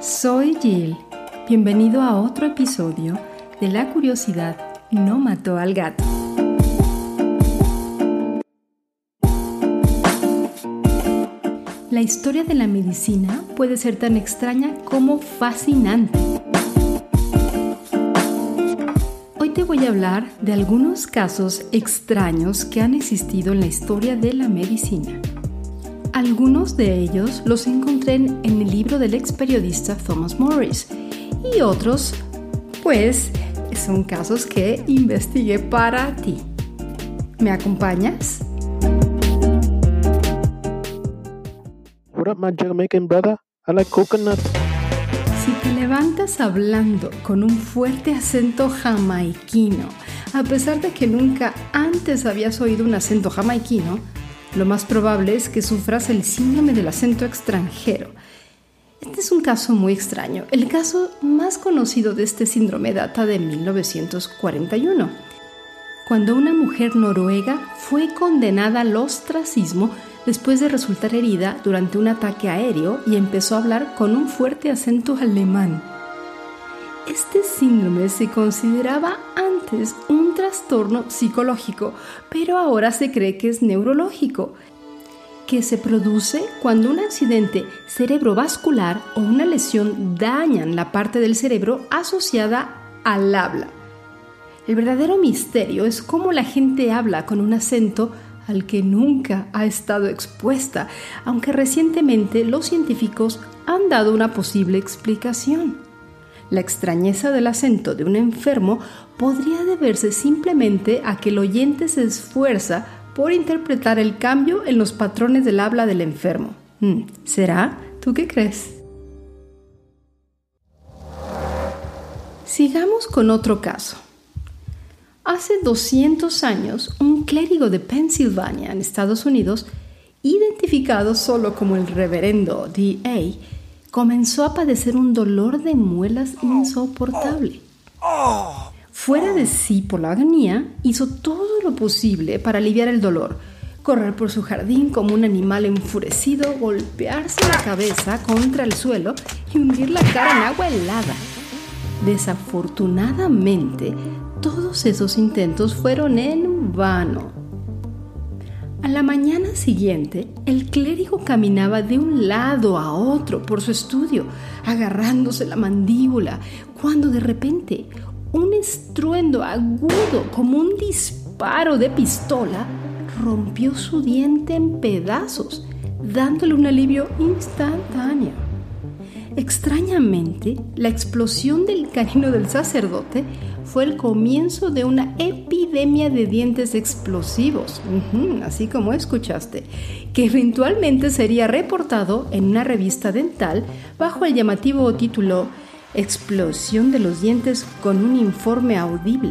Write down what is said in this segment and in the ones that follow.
Soy Jill. Bienvenido a otro episodio de La curiosidad no mató al gato. La historia de la medicina puede ser tan extraña como fascinante. Hoy te voy a hablar de algunos casos extraños que han existido en la historia de la medicina. Algunos de ellos los encontré en el libro del ex periodista Thomas Morris y otros, pues, son casos que investigué para ti. ¿Me acompañas? What up, my Jamaican brother? I like coconut. Si te levantas hablando con un fuerte acento jamaiquino, a pesar de que nunca antes habías oído un acento jamaiquino, lo más probable es que sufras el síndrome del acento extranjero. Este es un caso muy extraño. El caso más conocido de este síndrome data de 1941, cuando una mujer noruega fue condenada al ostracismo después de resultar herida durante un ataque aéreo y empezó a hablar con un fuerte acento alemán. Este síndrome se consideraba antes un trastorno psicológico, pero ahora se cree que es neurológico, que se produce cuando un accidente cerebrovascular o una lesión dañan la parte del cerebro asociada al habla. El verdadero misterio es cómo la gente habla con un acento al que nunca ha estado expuesta, aunque recientemente los científicos han dado una posible explicación. La extrañeza del acento de un enfermo podría deberse simplemente a que el oyente se esfuerza por interpretar el cambio en los patrones del habla del enfermo. ¿Será? ¿Tú qué crees? Sigamos con otro caso. Hace 200 años, un clérigo de Pensilvania, en Estados Unidos, identificado solo como el reverendo D.A., comenzó a padecer un dolor de muelas insoportable. Fuera de sí por la agonía, hizo todo lo posible para aliviar el dolor. Correr por su jardín como un animal enfurecido, golpearse la cabeza contra el suelo y hundir la cara en agua helada. Desafortunadamente, todos esos intentos fueron en vano. A la mañana siguiente, el clérigo caminaba de un lado a otro por su estudio, agarrándose la mandíbula, cuando de repente un estruendo agudo como un disparo de pistola rompió su diente en pedazos, dándole un alivio instantáneo. Extrañamente, la explosión del canino del sacerdote fue el comienzo de una epidemia de dientes explosivos, así como escuchaste, que eventualmente sería reportado en una revista dental bajo el llamativo título Explosión de los dientes con un informe audible.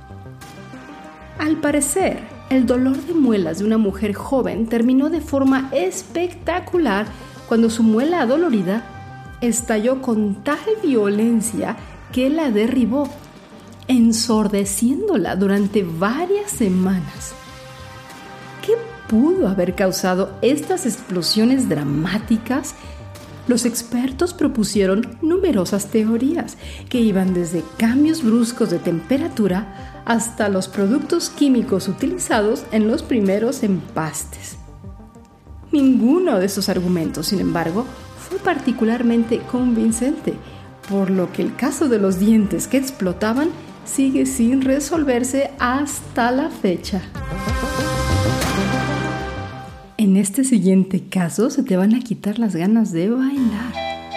Al parecer, el dolor de muelas de una mujer joven terminó de forma espectacular cuando su muela adolorida estalló con tal violencia que la derribó, ensordeciéndola durante varias semanas. ¿Qué pudo haber causado estas explosiones dramáticas? Los expertos propusieron numerosas teorías que iban desde cambios bruscos de temperatura hasta los productos químicos utilizados en los primeros empastes. Ninguno de estos argumentos, sin embargo, fue particularmente convincente, por lo que el caso de los dientes que explotaban sigue sin resolverse hasta la fecha. En este siguiente caso se te van a quitar las ganas de bailar.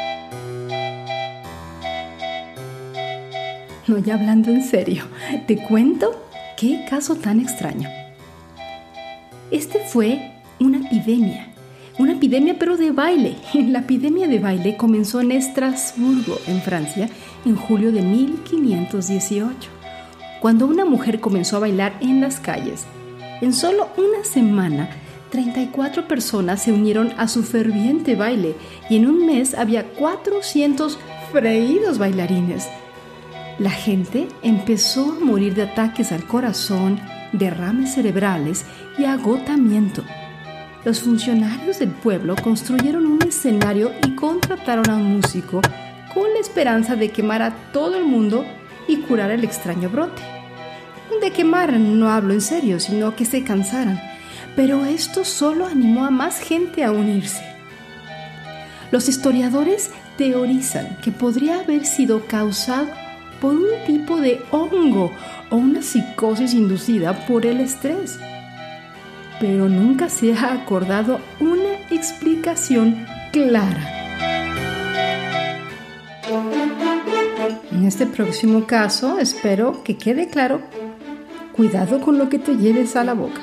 No, ya hablando en serio, te cuento qué caso tan extraño. Este fue una epidemia pero de baile. La epidemia de baile comenzó en Estrasburgo, en Francia, en julio de 1518, cuando una mujer comenzó a bailar en las calles. En solo una semana, 34 personas se unieron a su ferviente baile y en un mes había 400 freídos bailarines. La gente empezó a morir de ataques al corazón, derrames cerebrales y agotamiento. Los funcionarios del pueblo construyeron un escenario y contrataron a un músico esperanza de quemar a todo el mundo y curar el extraño brote. De quemar no hablo en serio, sino que se cansaran, pero esto solo animó a más gente a unirse. Los historiadores teorizan que podría haber sido causado por un tipo de hongo o una psicosis inducida por el estrés, pero nunca se ha acordado una explicación clara. En este próximo caso, espero que quede claro, cuidado con lo que te lleves a la boca.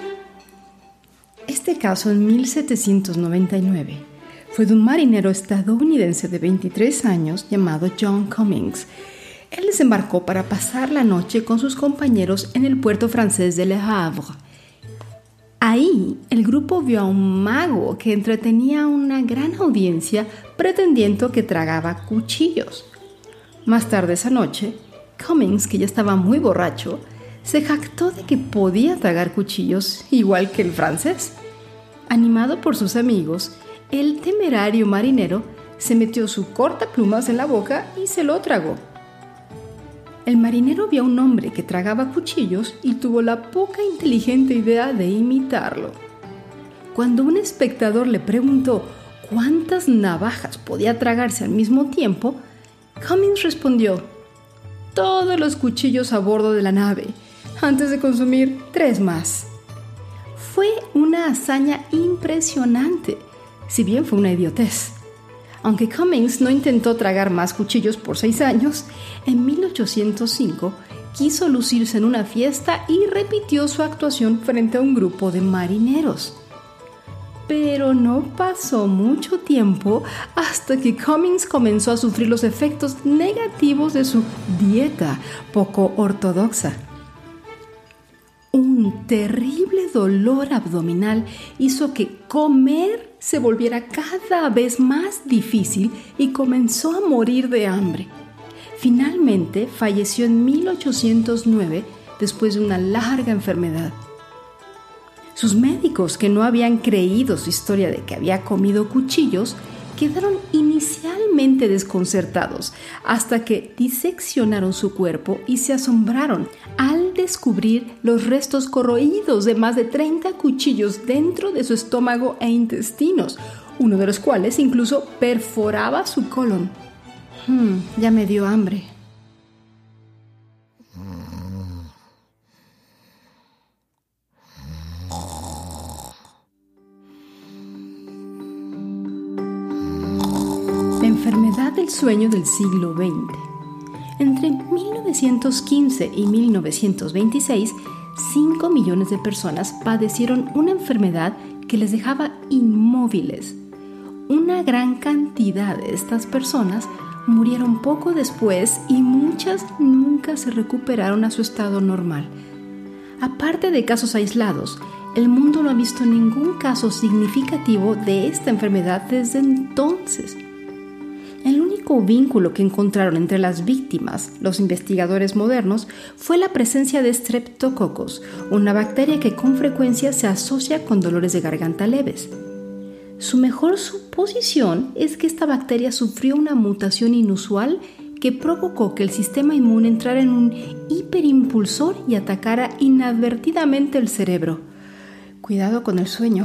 Este caso en 1799 fue de un marinero estadounidense de 23 años llamado John Cummings. Él desembarcó para pasar la noche con sus compañeros en el puerto francés de Le Havre. Ahí, el grupo vio a un mago que entretenía a una gran audiencia pretendiendo que tragaba cuchillos. Más tarde esa noche, Cummings, que ya estaba muy borracho, se jactó de que podía tragar cuchillos igual que el francés. Animado por sus amigos, el temerario marinero se metió su cortaplumas en la boca y se lo tragó. El marinero vio a un hombre que tragaba cuchillos y tuvo la poca inteligente idea de imitarlo. Cuando un espectador le preguntó cuántas navajas podía tragarse al mismo tiempo, Cummings respondió: todos los cuchillos a bordo de la nave, antes de consumir 3 más. Fue una hazaña impresionante, si bien fue una idiotez. Aunque Cummings no intentó tragar más cuchillos por 6 años, en 1805 quiso lucirse en una fiesta y repitió su actuación frente a un grupo de marineros. Pero no pasó mucho tiempo hasta que Cummings comenzó a sufrir los efectos negativos de su dieta poco ortodoxa. Un terrible dolor abdominal hizo que comer se volviera cada vez más difícil y comenzó a morir de hambre. Finalmente falleció en 1809 después de una larga enfermedad. Sus médicos, que no habían creído su historia de que había comido cuchillos, quedaron inicialmente desconcertados hasta que diseccionaron su cuerpo y se asombraron al descubrir los restos corroídos de más de 30 cuchillos dentro de su estómago e intestinos, uno de los cuales incluso perforaba su colon. Ya me dio hambre. La enfermedad del sueño del siglo XX. Entre 1915 y 1926, 5 millones de personas padecieron una enfermedad que les dejaba inmóviles. Una gran cantidad de estas personas murieron poco después y muchas nunca se recuperaron a su estado normal. Aparte de casos aislados, el mundo no ha visto ningún caso significativo de esta enfermedad desde entonces. El único vínculo que encontraron entre las víctimas, los investigadores modernos, fue la presencia de Streptococcus, una bacteria que con frecuencia se asocia con dolores de garganta leves. Su mejor suposición es que esta bacteria sufrió una mutación inusual que provocó que el sistema inmune entrara en un hiperimpulsor y atacara inadvertidamente el cerebro. Cuidado con el sueño.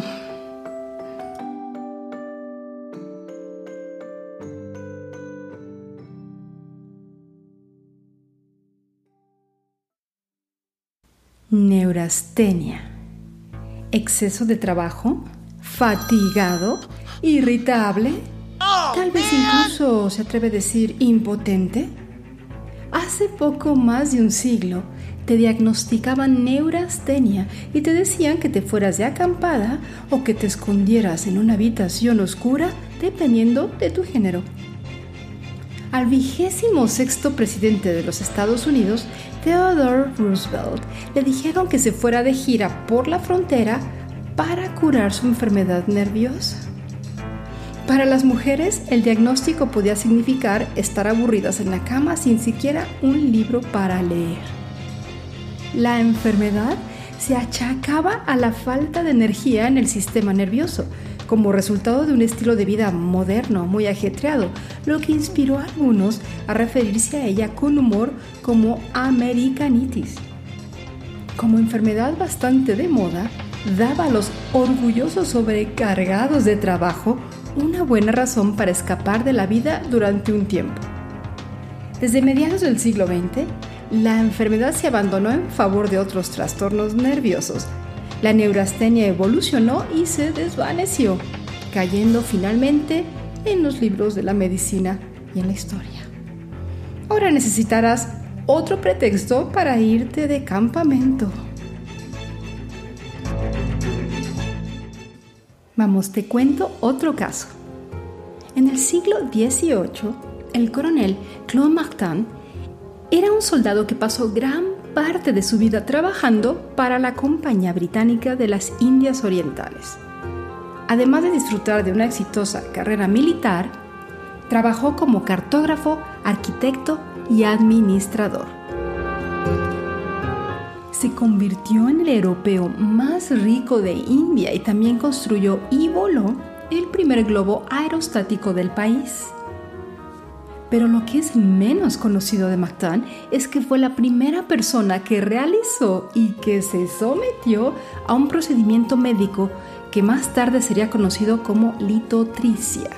Neurastenia. Exceso de trabajo, fatigado, irritable, tal vez incluso se atreve a decir impotente. Hace poco más de un siglo te diagnosticaban neurastenia y te decían que te fueras de acampada o que te escondieras en una habitación oscura dependiendo de tu género. Al 26º presidente de los Estados Unidos, Theodore Roosevelt, le dijeron que se fuera de gira por la frontera para curar su enfermedad nerviosa. Para las mujeres, el diagnóstico podía significar estar aburridas en la cama sin siquiera un libro para leer. La enfermedad se achacaba a la falta de energía en el sistema nervioso, como resultado de un estilo de vida moderno, muy ajetreado, lo que inspiró a algunos a referirse a ella con humor como americanitis. Como enfermedad bastante de moda, daba a los orgullosos sobrecargados de trabajo una buena razón para escapar de la vida durante un tiempo. Desde mediados del siglo XX, la enfermedad se abandonó en favor de otros trastornos nerviosos. La neurastenia evolucionó y se desvaneció, cayendo finalmente en los libros de la medicina y en la historia. Ahora necesitarás otro pretexto para irte de campamento. Vamos, te cuento otro caso. En el siglo XVIII, el coronel Claude Martin era un soldado que pasó gran parte de su vida trabajando para la Compañía Británica de las Indias Orientales. Además de disfrutar de una exitosa carrera militar, trabajó como cartógrafo, arquitecto y administrador. Se convirtió en el europeo más rico de India y también construyó y voló el primer globo aerostático del país. Pero lo que es menos conocido de Martin es que fue la primera persona que realizó y que se sometió a un procedimiento médico que más tarde sería conocido como litotricia.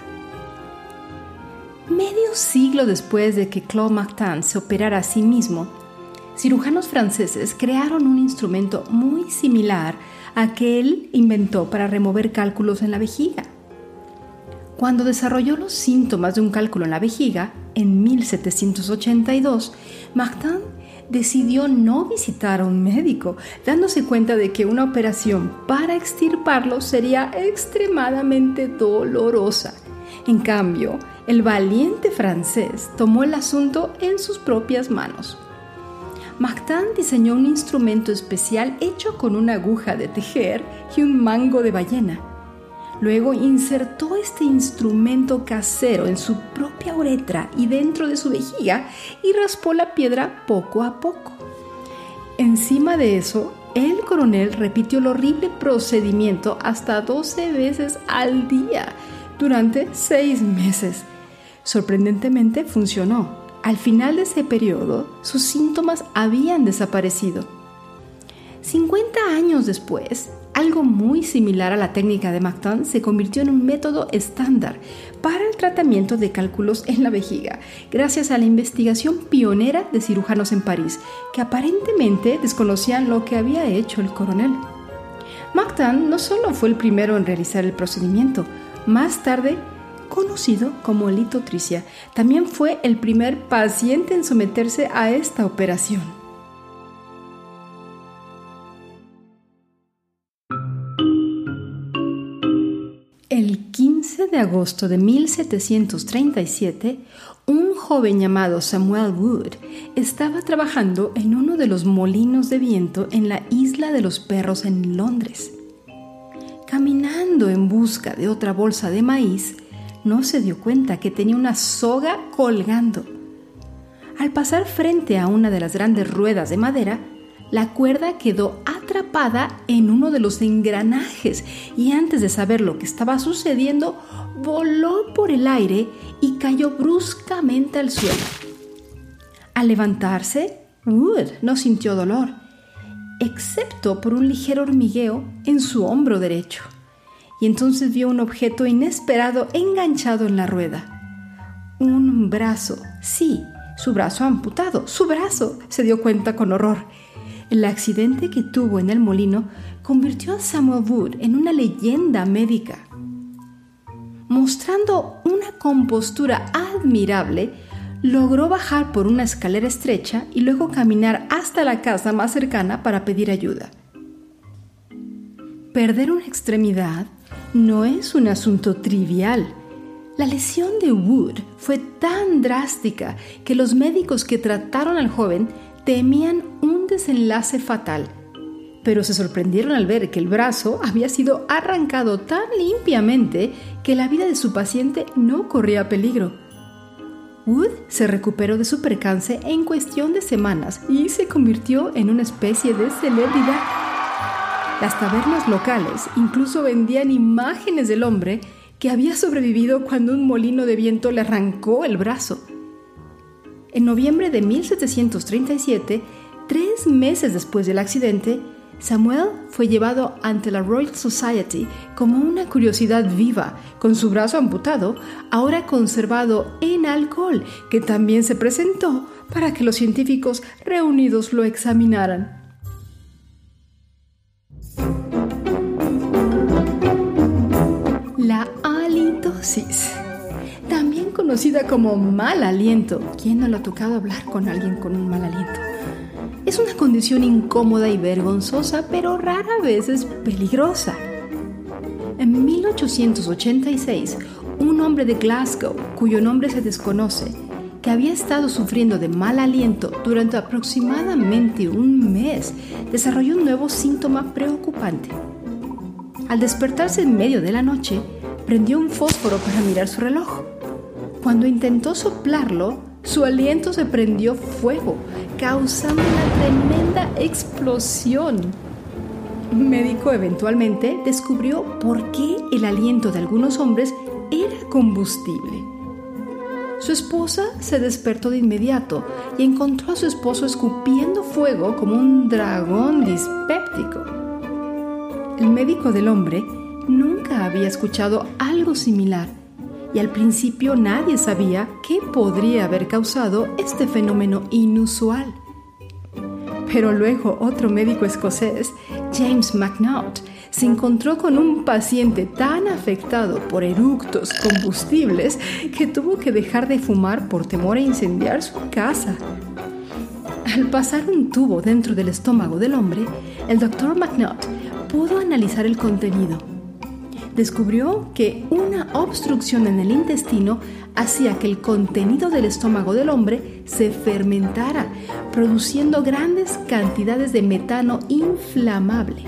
Medio siglo después de que Claude Martin se operara a sí mismo, cirujanos franceses crearon un instrumento muy similar a que él inventó para remover cálculos en la vejiga. Cuando desarrolló los síntomas de un cálculo en la vejiga, en 1782, Martin decidió no visitar a un médico, dándose cuenta de que una operación para extirparlo sería extremadamente dolorosa. En cambio, el valiente francés tomó el asunto en sus propias manos. Martin diseñó un instrumento especial hecho con una aguja de tejer y un mango de ballena. Luego insertó este instrumento casero en su propia uretra y dentro de su vejiga y raspó la piedra poco a poco. Encima de eso, el coronel repitió el horrible procedimiento hasta 12 veces al día durante 6 meses. Sorprendentemente funcionó. Al final de ese periodo, sus síntomas habían desaparecido. 50 años después, algo muy similar a la técnica de Martin se convirtió en un método estándar para el tratamiento de cálculos en la vejiga, gracias a la investigación pionera de cirujanos en París, que aparentemente desconocían lo que había hecho el coronel. Martin no solo fue el primero en realizar el procedimiento, más tarde conocido como litotricia, también fue el primer paciente en someterse a esta operación. El 15 de agosto de 1737, un joven llamado Samuel Wood estaba trabajando en uno de los molinos de viento en la Isla de los Perros en Londres. Caminando en busca de otra bolsa de maíz, no se dio cuenta que tenía una soga colgando. Al pasar frente a una de las grandes ruedas de madera, la cuerda quedó atrapada en uno de los engranajes y antes de saber lo que estaba sucediendo, voló por el aire y cayó bruscamente al suelo. Al levantarse, Wood no sintió dolor, excepto por un ligero hormigueo en su hombro derecho. Y entonces vio un objeto inesperado enganchado en la rueda. Un brazo, sí, su brazo amputado, su brazo, se dio cuenta con horror. El accidente que tuvo en el molino convirtió a Samuel Wood en una leyenda médica. Mostrando una compostura admirable, logró bajar por una escalera estrecha y luego caminar hasta la casa más cercana para pedir ayuda. Perder una extremidad no es un asunto trivial. La lesión de Wood fue tan drástica que los médicos que trataron al joven temían un desenlace fatal, pero se sorprendieron al ver que el brazo había sido arrancado tan limpiamente que la vida de su paciente no corría peligro. Wood se recuperó de su percance en cuestión de semanas y se convirtió en una especie de celebridad. Las tabernas locales incluso vendían imágenes del hombre que había sobrevivido cuando un molino de viento le arrancó el brazo. En noviembre de 1737, 3 meses después del accidente, Samuel fue llevado ante la Royal Society como una curiosidad viva, con su brazo amputado, ahora conservado en alcohol, que también se presentó para que los científicos reunidos lo examinaran. La halitosis, también conocida como mal aliento. ¿Quién no le ha tocado hablar con alguien con un mal aliento? Es una condición incómoda y vergonzosa, pero rara vez es peligrosa. En 1886, un hombre de Glasgow, cuyo nombre se desconoce, que había estado sufriendo de mal aliento durante aproximadamente un mes, desarrolló un nuevo síntoma preocupante. Al despertarse en medio de la noche, prendió un fósforo para mirar su reloj. Cuando intentó soplarlo, su aliento se prendió fuego, causando una tremenda explosión. Un médico eventualmente descubrió por qué el aliento de algunos hombres era combustible. Su esposa se despertó de inmediato y encontró a su esposo escupiendo fuego como un dragón dispéptico. El médico del hombre nunca había escuchado algo similar y al principio nadie sabía qué podría haber causado este fenómeno inusual. Pero luego otro médico escocés, James McNaught, se encontró con un paciente tan afectado por eructos combustibles que tuvo que dejar de fumar por temor a incendiar su casa. Al pasar un tubo dentro del estómago del hombre, el Dr. McNaught pudo analizar el contenido. Descubrió que una obstrucción en el intestino hacía que el contenido del estómago del hombre se fermentara, produciendo grandes cantidades de metano inflamable.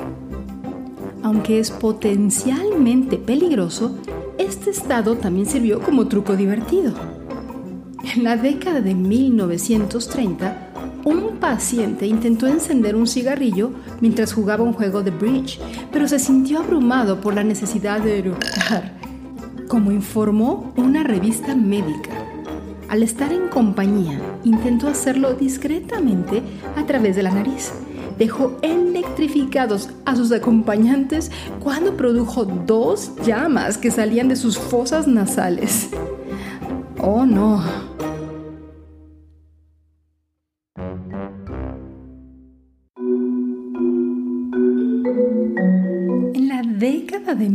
Aunque es potencialmente peligroso, este estado también sirvió como truco divertido. En la década de 1930, un paciente intentó encender un cigarrillo mientras jugaba un juego de bridge, pero se sintió abrumado por la necesidad de eructar, como informó una revista médica. Al estar en compañía, intentó hacerlo discretamente a través de la nariz. Dejó electrificados a sus acompañantes cuando produjo 2 llamas que salían de sus fosas nasales. ¡Oh, no! Década de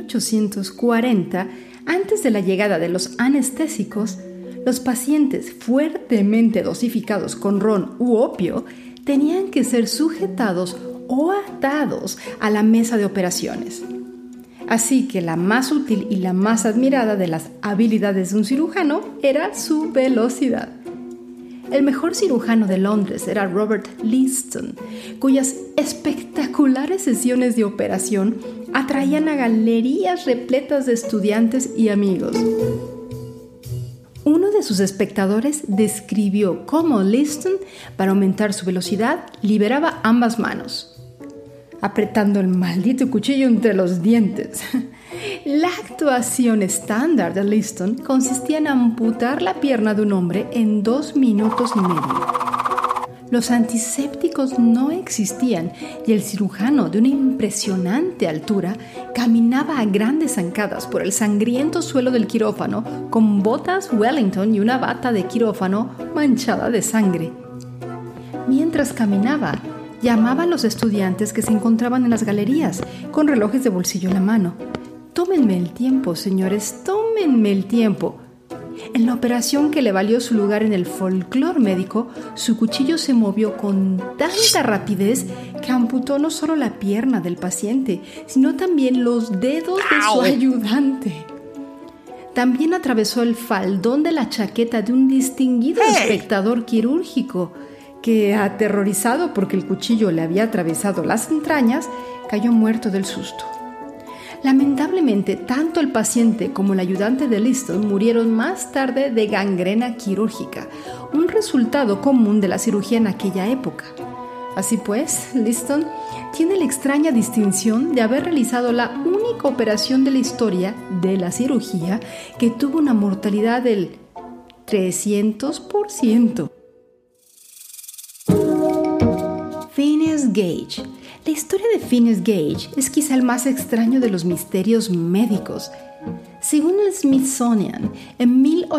1840, antes de la llegada de los anestésicos, los pacientes fuertemente dosificados con ron u opio tenían que ser sujetados o atados a la mesa de operaciones. Así que la más útil y la más admirada de las habilidades de un cirujano era su velocidad. El mejor cirujano de Londres era Robert Liston, cuyas espectaculares sesiones de operación atraían a galerías repletas de estudiantes y amigos. Uno de sus espectadores describió cómo Liston, para aumentar su velocidad, liberaba ambas manos, apretando el maldito cuchillo entre los dientes. La actuación estándar de Liston consistía en amputar la pierna de un hombre en 2 minutos y medio. Los antisépticos no existían y el cirujano, de una impresionante altura, caminaba a grandes zancadas por el sangriento suelo del quirófano con botas Wellington y una bata de quirófano manchada de sangre. Mientras caminaba, llamaba a los estudiantes que se encontraban en las galerías con relojes de bolsillo en la mano. «Tómenme el tiempo, señores, tómenme el tiempo». En la operación que le valió su lugar en el folclore médico, su cuchillo se movió con tanta rapidez que amputó no solo la pierna del paciente, sino también los dedos de su ayudante. También atravesó el faldón de la chaqueta de un distinguido espectador quirúrgico, que, aterrorizado porque el cuchillo le había atravesado las entrañas, cayó muerto del susto. Lamentablemente, tanto el paciente como el ayudante de Liston murieron más tarde de gangrena quirúrgica, un resultado común de la cirugía en aquella época. Así pues, Liston tiene la extraña distinción de haber realizado la única operación de la historia de la cirugía que tuvo una mortalidad del 300%. Phineas Gage. La historia de Phineas Gage es quizá el más extraño de los misterios médicos. Según el Smithsonian, en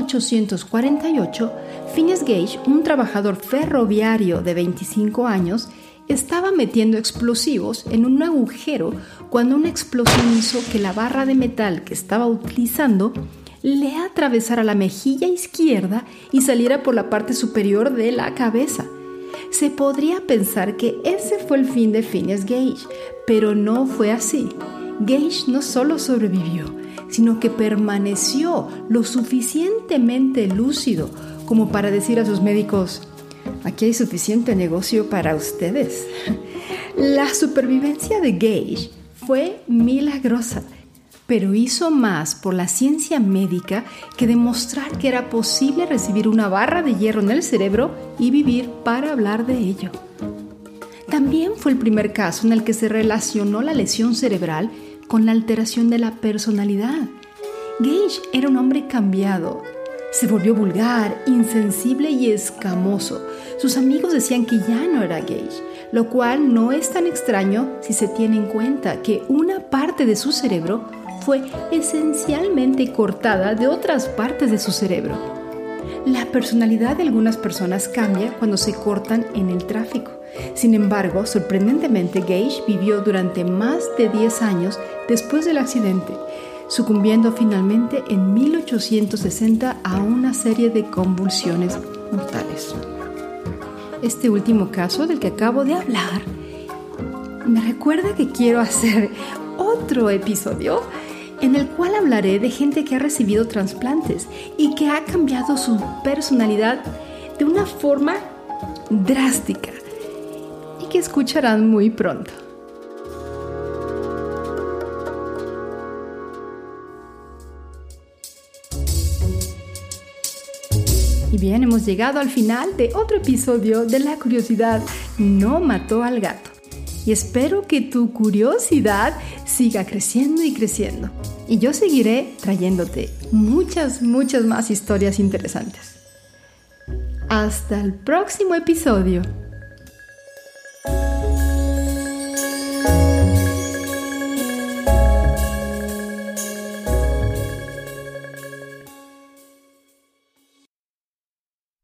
1848, Phineas Gage, un trabajador ferroviario de 25 años, estaba metiendo explosivos en un agujero cuando una explosión hizo que la barra de metal que estaba utilizando le atravesara la mejilla izquierda y saliera por la parte superior de la cabeza. Se podría pensar que ese fue el fin de Phineas Gage, pero no fue así. Gage no solo sobrevivió, sino que permaneció lo suficientemente lúcido como para decir a sus médicos: aquí hay suficiente negocio para ustedes. La supervivencia de Gage fue milagrosa, pero hizo más por la ciencia médica que demostrar que era posible recibir una barra de hierro en el cerebro y vivir para hablar de ello. También fue el primer caso en el que se relacionó la lesión cerebral con la alteración de la personalidad. Gage era un hombre cambiado. Se volvió vulgar, insensible y escamoso. Sus amigos decían que ya no era Gage, lo cual no es tan extraño si se tiene en cuenta que una parte de su cerebro fue esencialmente cortada de otras partes de su cerebro. La personalidad de algunas personas cambia cuando se cortan en el tráfico. Sin embargo, sorprendentemente, Gage vivió durante más de 10 años después del accidente, sucumbiendo finalmente en 1860 a una serie de convulsiones mortales. Este último caso del que acabo de hablar me recuerda que quiero hacer otro episodio en el cual hablaré de gente que ha recibido trasplantes y que ha cambiado su personalidad de una forma drástica y que escucharán muy pronto. Y bien, hemos llegado al final de otro episodio de La curiosidad no mató al gato. Y espero que tu curiosidad siga creciendo y creciendo. Y yo seguiré trayéndote muchas más historias interesantes. Hasta el próximo episodio.